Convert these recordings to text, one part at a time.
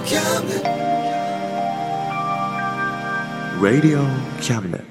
Radio Cabinet.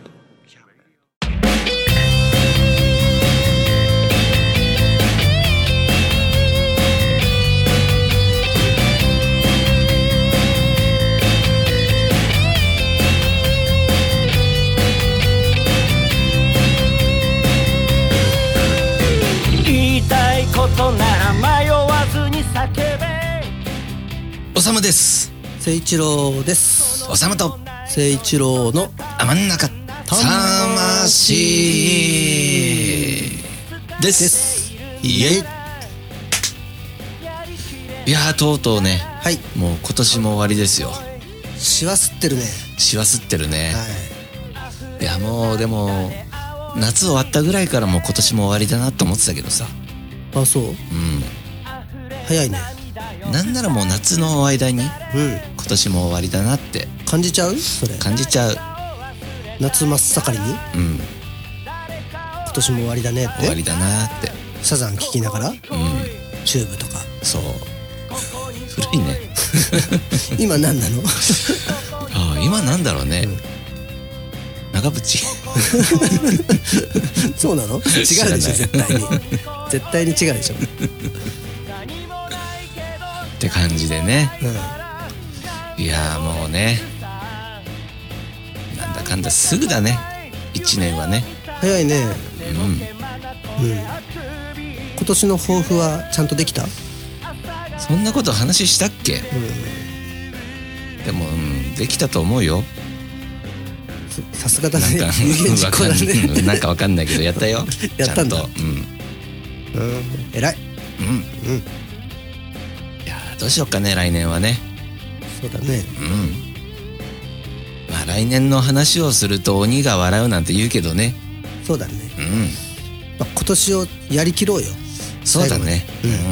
言いたいことなら迷わずに叫べ。 おさむです。 誠一郎です。 おさむと誠一郎の真ん中魂です。イエイ。いやー、とうとうね、 はい、 もう今年も終わりですよ。 しわすってるね。 しわすってるね、 はい、 いやもうでも夏終わったぐらいからもう今年も終わりだなと思ってたけどさ。 あ、そう。早いね。 なんならもう夏の間に、今年も終わりだなって感じちゃう。それ感じちゃう。 夏真っ盛りに、今年も終わりだねって、 終わりだなって、 サザン聴きながら、チューブとか。 そう、古いね今何なのああ、今なんだろうね、長渕そうなの。違うでしょ、絶対に絶対に違うでしょって感じでね、いやーもうね、なんだかんだすぐだね、1年はね。 早いね。今年の抱負はちゃんとできた？ そんなこと話したっけ？でも、できたと思うよ。 さすがだね。有言実行だね。 なんかわかんないけどやったよやったんだ。 ちゃんと。 偉い。 いやどうしよっかね、来年はね。 そうだね。 まあ来年の話をすると鬼が笑うなんて言うけどね。 そうだね。まあ、今年をやりきろうよ。 そうだね。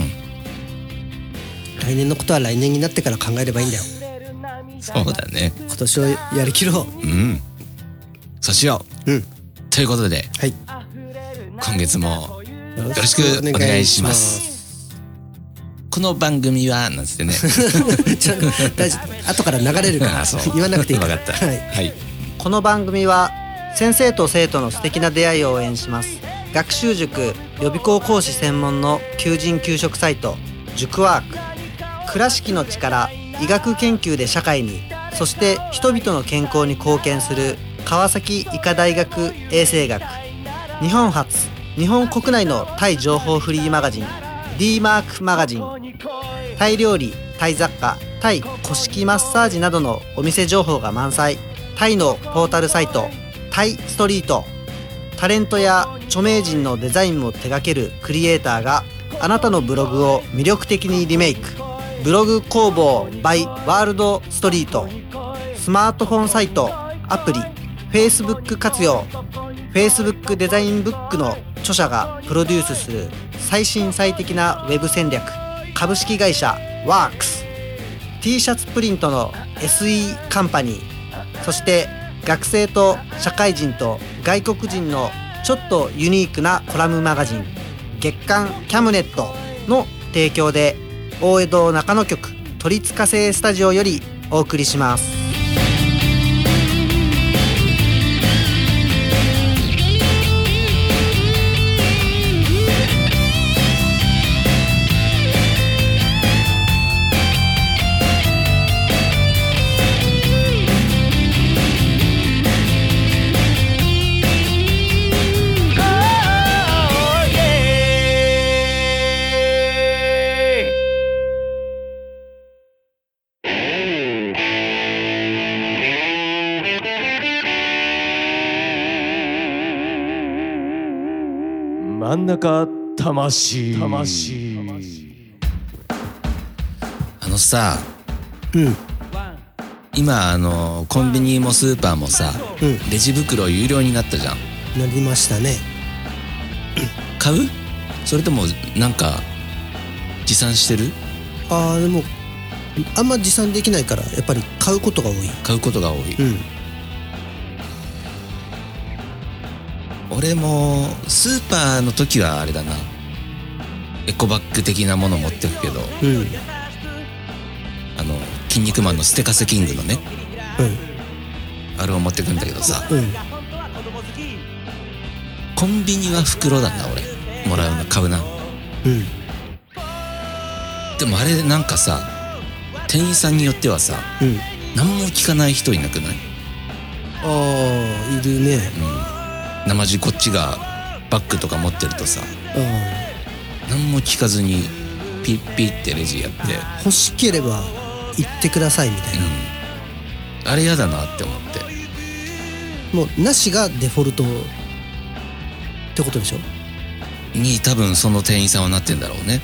来年のことは来年になってから考えればいいんだよ。 そうだね。 今年をやりきろう。 そうしよう。ということで、 はい、 今月もよろしくお願いします。この番組はなんつってね大丈夫、後から流れるから言わなくていいから。 分かった。はい。 この番組は先生と生徒の素敵な出会いを応援します。学習塾予備校講師専門の求人・求職サイト塾ワーク。倉敷の力、医学研究で社会に、そして人々の健康に貢献する川崎医科大学衛生学。日本初、日本国内のタイ情報フリーマガジン D マークマガジン。タイ料理、タイ雑貨、タイ古式マッサージなどのお店情報が満載。タイのポータルサイトタイストリート。タレントや著名人のデザインも手掛けるクリエイターがあなたのブログを魅力的にリメイク。ブログ工房 by ワールドストリート。スマートフォンサイト、アプリ、Facebook 活用。Facebook デザインブックの著者がプロデュースする最新最適なウェブ戦略。株式会社ワークス。 T シャツプリントの SE カンパニー。そして学生と社会人と外国人のちょっとユニークなコラムマガジン月刊キャムネットの提供で、大江戸中野局都立火星スタジオよりお送りします。 真ん中魂。 あのさ、今コンビニもスーパーもさ、レジ袋有料になったじゃん。 なりましたね。 買う？それともなんか持参してる？ でもあんま持参できないからやっぱり買うことが多い。 買うことが多い。俺もスーパーの時はあれだな、エコバッグ的なもの持ってくけど、キ筋肉マンのステカセキングのね、あれを持ってくんだけどさ、コンビニは袋だな俺、もらうの買うな。でもあれなんかさ、店員さんによってはさ、何も聞かない人いなくない？ ああ、いるね。 生地こっちがバッグとか持ってるとさ、何も聞かずにピッピッってレジやって、 欲しければ言ってくださいみたいな、 あれやだなって思って。 もうなしがデフォルトってことでしょ？ に多分その店員さんはなってんだろうね。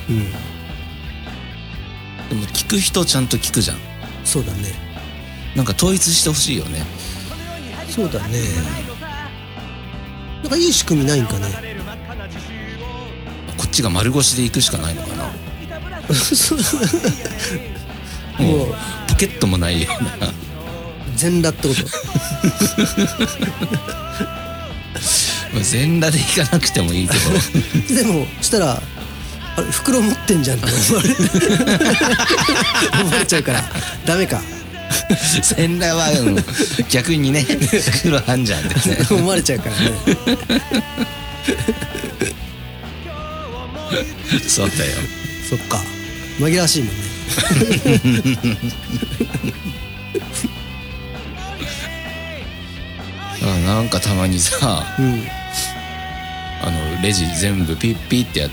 でも聞く人ちゃんと聞くじゃん。 そうだね。 なんか統一してほしいよね。 そうだね。なんかいい仕組みないんかね。 こっちが丸腰で行くしかないのかな。もうポケットもないような全裸ってこと全裸で行かなくてもいいけどでもしたらあれ袋持ってんじゃんって思われちゃうからダメか。 全裸は、逆にね袋あんじゃんって、ね、 思われちゃうからねそうだよ。 そっか、紛らわしいもんねなんかたまにさ、レジ全部ピッピッってやって、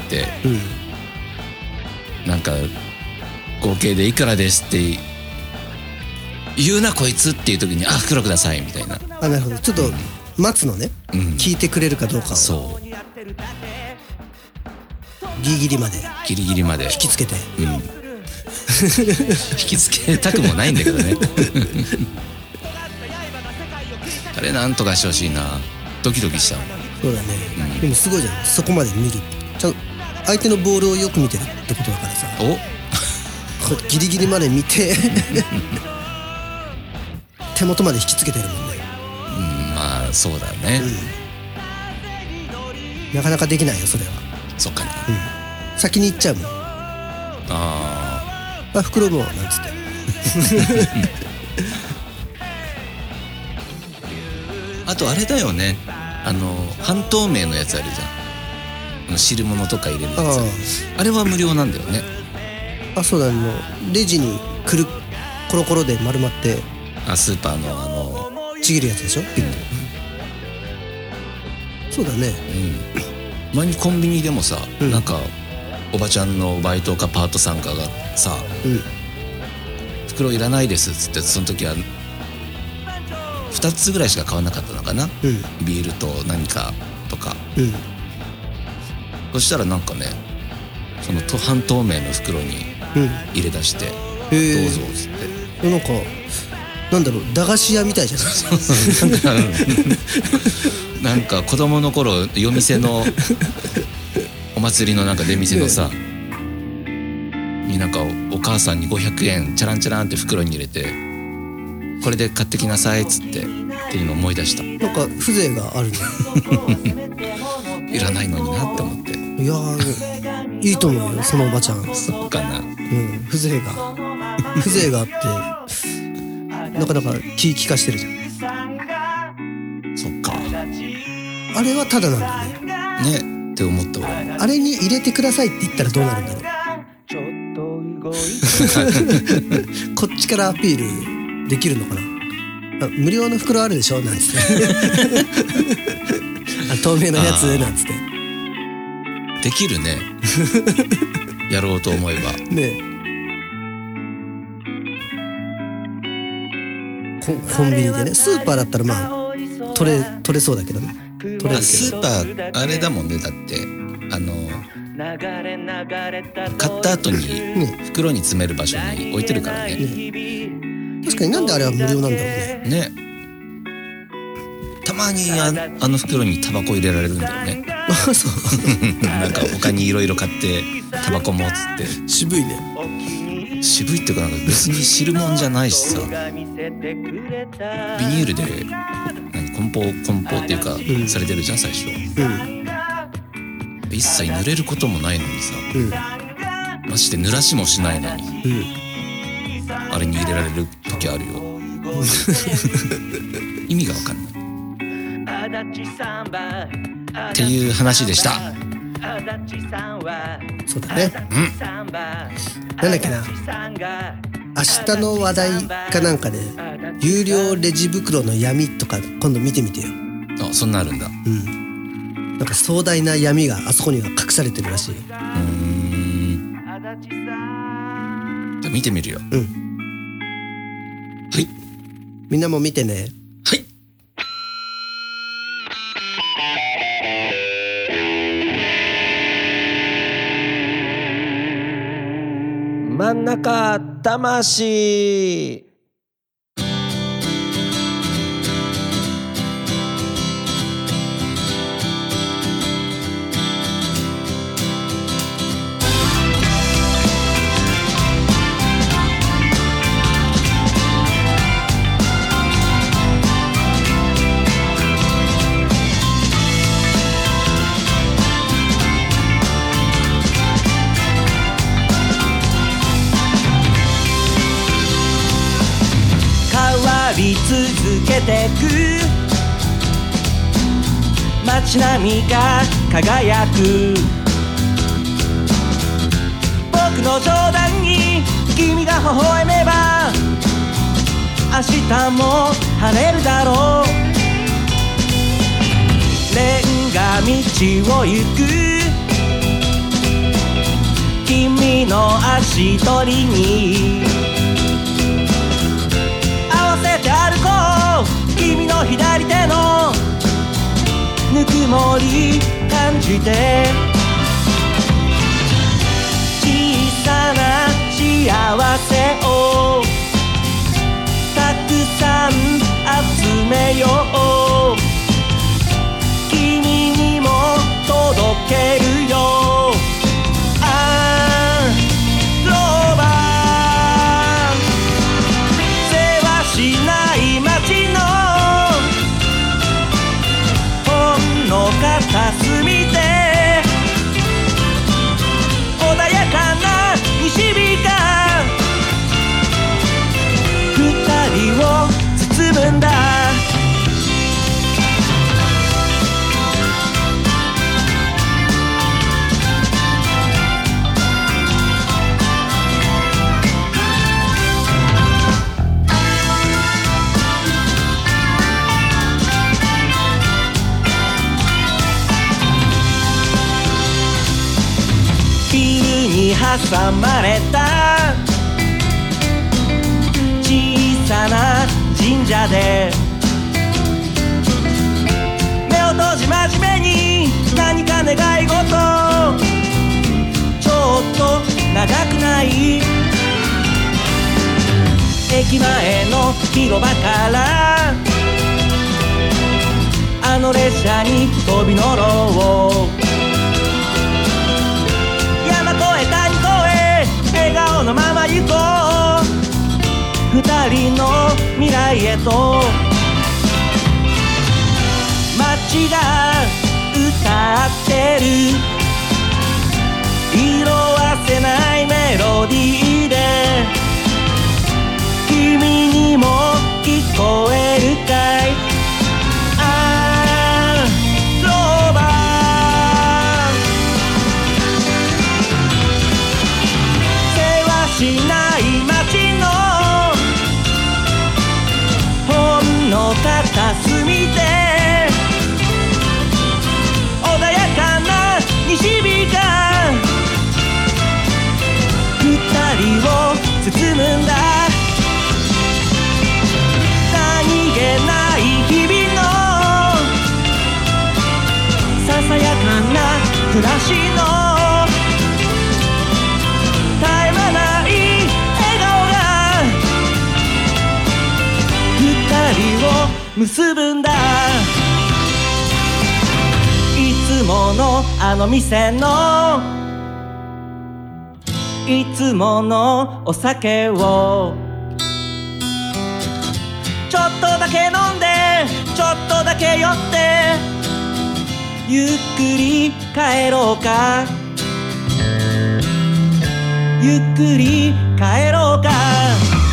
なんか合計でいくらですって言うなこいつっていう時に、あ、袋くださいみたいな。 あ、なるほど。ちょっと待つのね、聞いてくれるかどうかを。 そう、 ギリギリまでギリギリまで引きつけて、 引きつけたくもないんだけどねあれなんとかしてほしいな。ドキドキしちゃう。 そうだね、でもすごいじゃん、そこまで見る。ちゃん相手のボールをよく見てるってことだからさ、ギリギリまで見て手元まで引きつけてるもんね。 まあそうだね、 なかなかできないよそれは。 そっかな、 先に行っちゃうもん。袋もなんつってあとあれだよね、半透明のやつあるじゃん、汁物とか入れるやつ。あれは無料なんだよね。 あ、そうだね。もうレジにコロコロで丸まって、 スーパーのちぎるやつでしょ、ピッと。そうだね。 前にコンビニでもさ、なんかおばちゃんのバイトかパートさんかがさ、袋いらないですっつって、その時は2つぐらいしか買わなかったのかな、ビールと何かとか、そしたらなんかね、その半透明の袋に入れ出して、どうぞっつって、 なんかなんだろう、駄菓子屋みたいじゃないなんか子供の頃夜店のお祭りのなんか出店のさ、になんかお母さんに500円チャランチャランって袋に入れて、これで買ってきなさいっつってっていうのを思い出した。 なんか風情があるねいらないのになって思って。 いやー、いいと思うよそのおばちゃん。 そうかな。 風情があってなかなか気利かしてるじゃん。 そっか。 あれはただなんだね。 ねって思った俺。 あれに入れてくださいって言ったらどうなるんだろうこっちからアピールできるのかな。無料の袋あるでしょなんつって透明なやつなんつってできるねやろうと思えばね。コンビニでね。スーパーだったらまあ取れそうだけどね。 スーパーあれだもんね。だって買った後に袋に詰める場所に置いてるからね。 確かに。なんであれは無料なんだろうね。 ね。たまにあの袋にタバコ入れられるんだよね。 そうなんか他にいろいろ買ってタバコもっつって。 渋いね。 渋いっていうか、なんか別に汁もんじゃないしさ、ビニールで梱包っていうか、されてるじゃん最初、一切濡れることもないのにさ、まして濡らしもしないのに、 あれに入れられる時あるよ意味が分かんないっていう話でした。 そうだね。なんだっけな、明日の話題かなんかで有料レジ袋の闇とか今度見てみてよ。 あ、そんなあるんだ。 なんか壮大な闇があそこには隠されてるらしいよ。 じゃあ見てみるよ。はい、 みんなも見てね。 はい。 真ん中魂。 続けてく街並みが輝く僕の冗談に君が微笑めば明日も晴れるだろう。レンガ道を行く君の足取りに歩こう。君の左手のぬくもり感じて小さな幸せをたくさん集めよう。君にも届けるよ。片隅で穏やかな西日が二人を包むんだ。挟まれた小さな神社で目を閉じ真面目に何か願い事ちょっと長くない。駅前の広場からあの列車に飛び乗ろう。山越え谷越え笑顔のまま行こう。二人の未来へと街が歌ってる色褪せないメロディーで君にも聞こえるかい。しない街のほんの片隅で穏やかな西日が二人を包むんだ。何気ない日々のささやかな暮らしの二人を結ぶんだ。いつものあの店のいつものお酒をちょっとだけ飲んでちょっとだけ酔ってゆっくり帰ろうか。ゆっくり帰ろうか。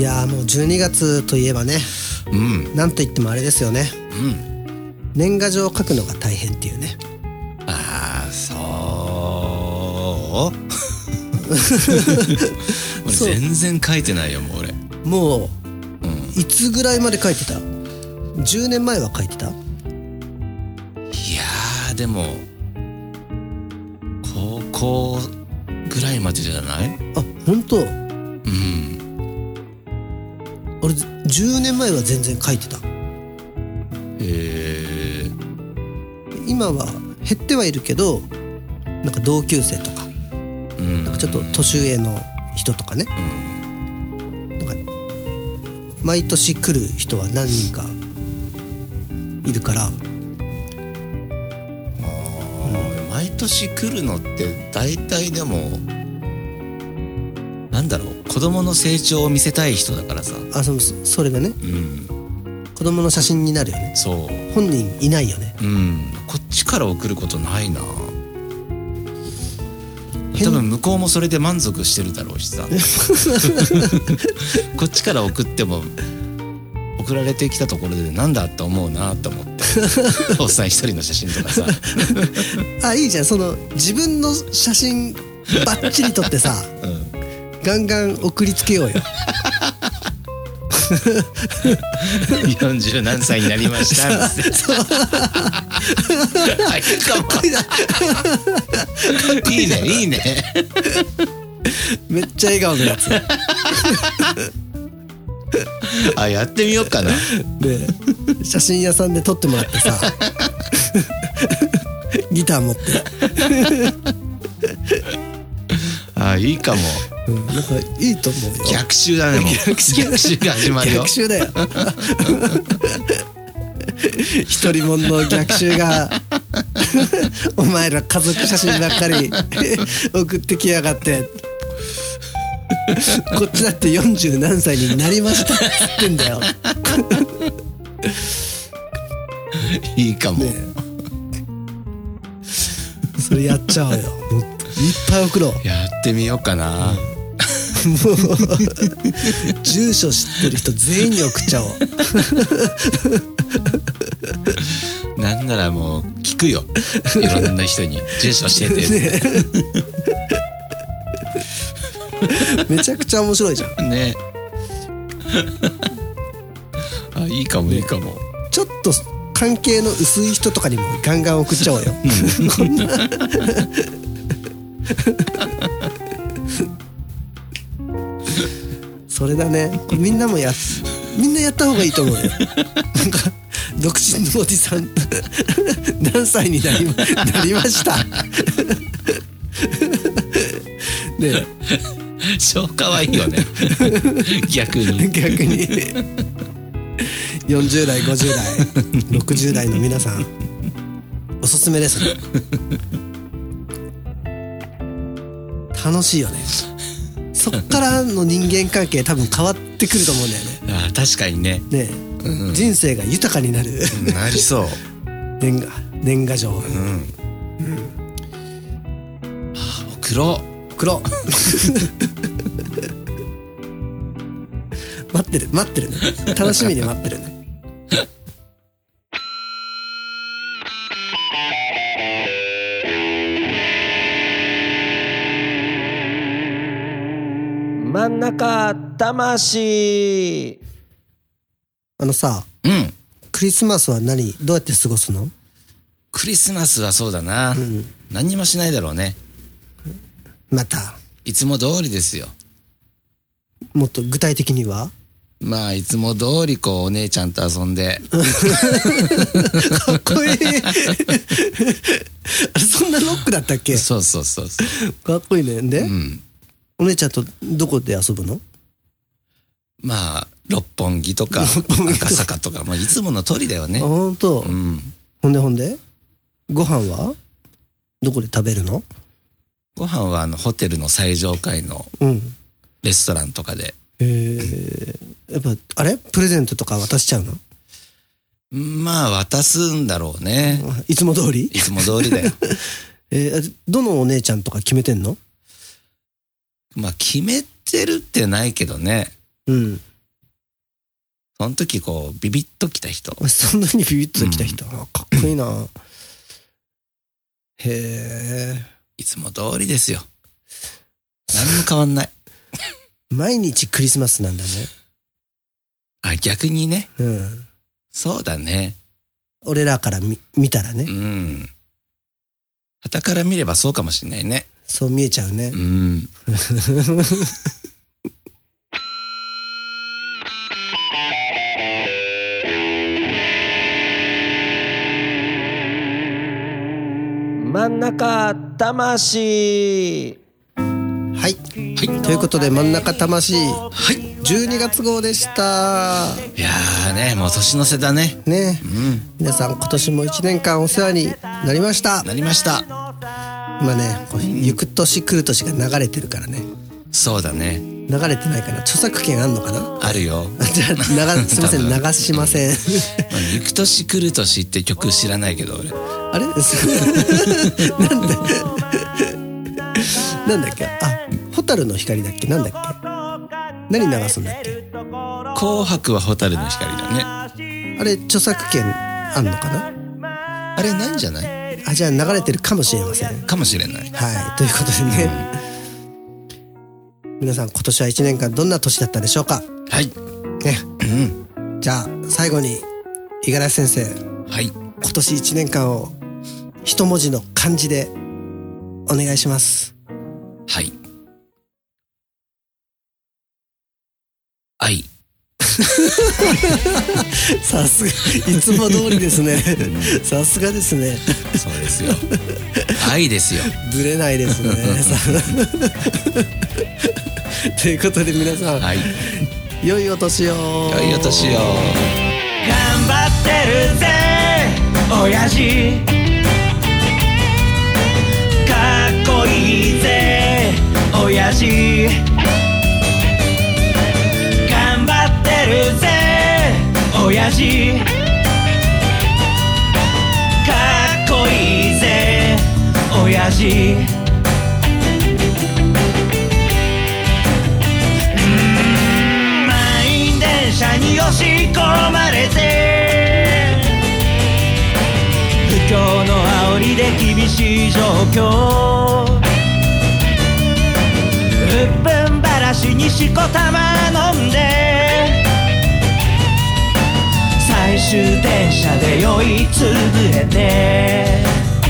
いやーもう12月といえばね、 うんなんといってもあれですよね、 うん年賀状を書くのが大変っていうね。 ああそう俺そう全然書いてないよもう俺。 もうんういつぐらいまで書いてた？10年前は書いてた？ いやーでも高校ぐらいまでじゃない？ あ、本当？ うん俺10年前は全然書いてた。今は減ってはいるけど、なんか同級生とか、 うんなんかちょっと年上の人とかね、なんか毎年来る人は何人かいるから、 毎年来るのって大体でもなんだろう、子供の成長を見せたい人だからさ。 それがね、 うん子供の写真になるよね。 そう本人いないよね。 こっちから送ることないな。多分向こうもそれで満足してるだろうしさこっちから送っても送られてきたところでなんだと思うなと思っておっさん一人の写真とかさあ、いいじゃん。その自分の写真バッチリ撮ってさ、ガンガン送りつけようよ 40何歳になりましたっていいねいいねめっちゃ笑顔のやつあ、やってみようかな。 で写真屋さんで撮ってもらってさギター持ってあ、いいかも。 なんかいいと思うよ。 逆襲だね。もう逆襲が始まるよ。 逆襲だよ一人もんの逆襲がお前ら家族写真ばっかり送ってきやがってこっちだって40何歳になりましたっつってんだよいいかも、 ね、それやっちゃおうよ。もういっぱい送ろう。 やってみようかな、 もう住所知ってる人全員に送っちゃおうなんならもう聞くよ、いろんな人に住所教えて、 ねめちゃくちゃ面白いじゃんねあ、いいかもいいかも。 ちょっと関係の薄い人とかにもガンガン送っちゃおうよこんなそれだね。みんなやった方がいいと思うよ。なんか独身のおじさん何歳になりましたね。 超可愛いよね逆に 40代50代60代の皆さんおすすめですね。楽しいよね。そっからの人間関係多分変わってくると思うんだよね。 あ、確かにね。 ね、人生が豊かになるなりそう年賀状、 黒待ってるね。楽しみに待ってるね。 真ん中魂。 さ、 うんクリスマスはどうやって過ごすの？ クリスマスはそうだな、何にもしないだろうね。 またいつも通りですよ。 もっと具体的には？ まあいつも通りこうお姉ちゃんと遊んでかっこいいあれ、そんなロックだったっけ？ そうかっこいいね。で、 うんお姉ちゃんとどこで遊ぶの？ まあ六本木とか赤坂とか、まあ、いつもの通りだよね。 あ、ほんと。ほんでご飯はどこで食べるの？ ご飯はホテルの最上階のレストランとかで。 やっぱあれプレゼントとか渡しちゃうの？ まあ渡すんだろうね。 いつも通り？ いつも通りだよどのお姉ちゃんとか決めてんの？ まあ決めてるってないけどね。 その時こうビビッときた人。 そんなにビビッときた人、かっこいいな。へえ。 いつも通りですよ。何も変わんない。 毎日クリスマスなんだね。 あ、逆にね。 うん。 そうだね。 俺らから見たらね。 うん。傍から見ればそうかもしれないね。 そう見えちゃうね。 うん。 真ん中魂。 はい、ということで真ん中魂、12月号でした。 いやーね、もう年の瀬だね。 ね、皆さん今年も1年間お世話になりました。今ね、行く年来る年が流れてるからね。 そうだね。 流れてないかな。著作権あんのかな。 あるよ。 じゃあすいません、流しません。 行く年来る年って曲知らないけど俺。 あれなんだっけ。あ、蛍の光だっけ。なんだっけ。何流すんだっけ。 紅白は蛍の光だね。 あれ著作権あんのかな。 あれないんじゃない。 あ、じゃあ流れてるかもしれません。 かもしれない。 はい、ということでね、皆さん今年は1年間どんな年だったでしょうか。 はいね、じゃあ最後に五十嵐先生、 はい、 今年1年間を一文字の漢字でお願いします。 はい。愛。 さすが、いつも通りですね。さすがですね。 そうですよ。愛ですよ。 ぶれないですね。ということで皆さん、はい、良いお年を。 良いお年を。 頑張ってるぜ親父、かっこいいぜ親父、頑張ってるぜ親父、かっこいいぜ親父。満員電車に押し込まれて、不況の煽りで厳しい状況、うっぷんばらしにしこたま飲んで、最終電車で酔いつぶれて、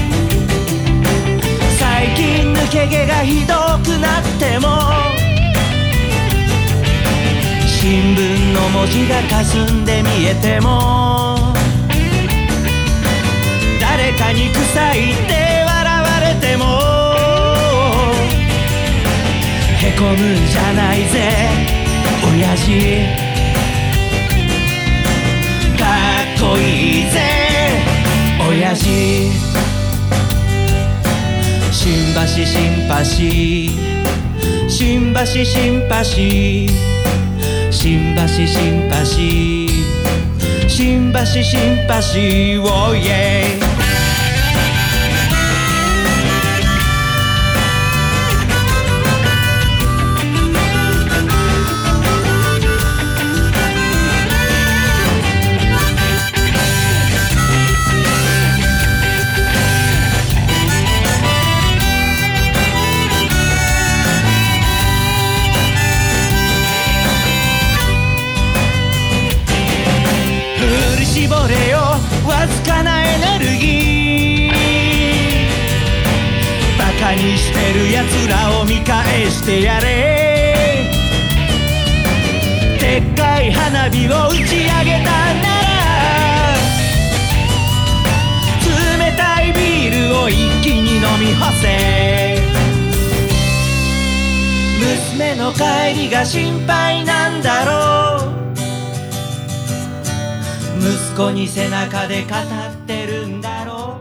最近抜け毛がひどくなっても、新聞の文字が霞んで見えても、誰かに臭いって笑われても、へこむんじゃないぜ親父、かっこいいぜ親父。新橋新橋新橋新橋新橋新橋新橋新橋おいえ。絞れよわずかなエネルギー、バカにしてるやつらを見返してやれ。でっかい花火を打ち上げたなら、冷たいビールを一気に飲み干せ。娘の帰りが心配なんだろう、息子に背中で語ってるんだろ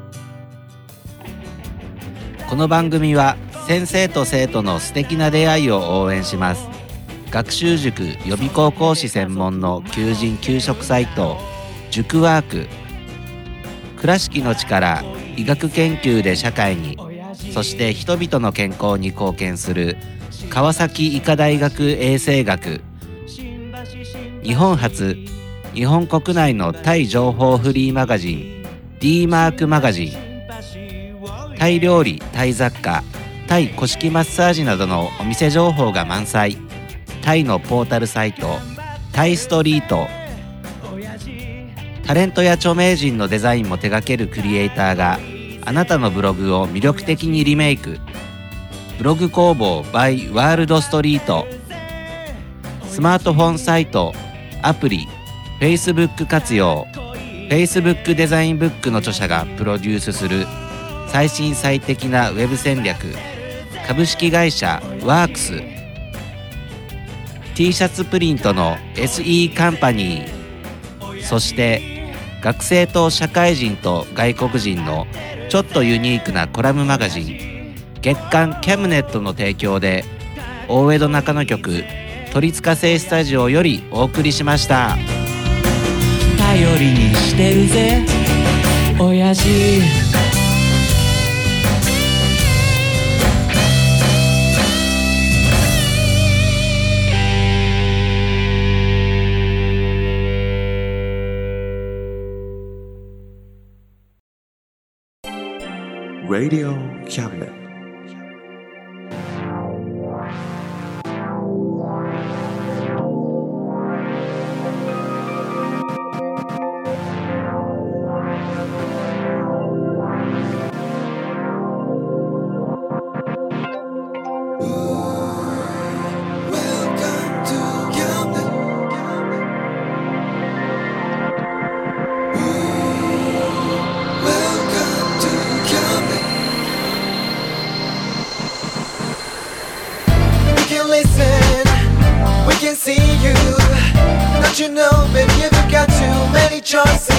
う。この番組は先生と生徒の素敵な出会いを応援します。学習塾予備校講師専門の求人・求職サイト塾ワーク、倉敷の力医学研究で社会に、そして人々の健康に貢献する川崎医科大学衛生学。 日本初、日本国内のタイ情報フリーマガジン D マークマガジン、タイ料理、タイ雑貨、タイ古式マッサージなどのお店情報が満載、タイのポータルサイトタイストリート、タレントや著名人のデザインも手掛けるクリエイターがあなたのブログを魅力的にリメイク。ブログ工房 by ワールドストリート。スマートフォンサイト、アプリ、Facebook 活用。Facebook デザインブックの著者がプロデュースする最新最適なウェブ戦略。株式会社ワークス。T シャツプリントの SE カンパニー。そして学生と社会人と外国人のちょっとユニークなコラムマガジン月刊キャムネットの提供で大江戸中野局鳥塚製スタジオよりお送りしました。 頼りにしてるぜ親父。 Radio Cabinet. You know, baby, you've got too many choices.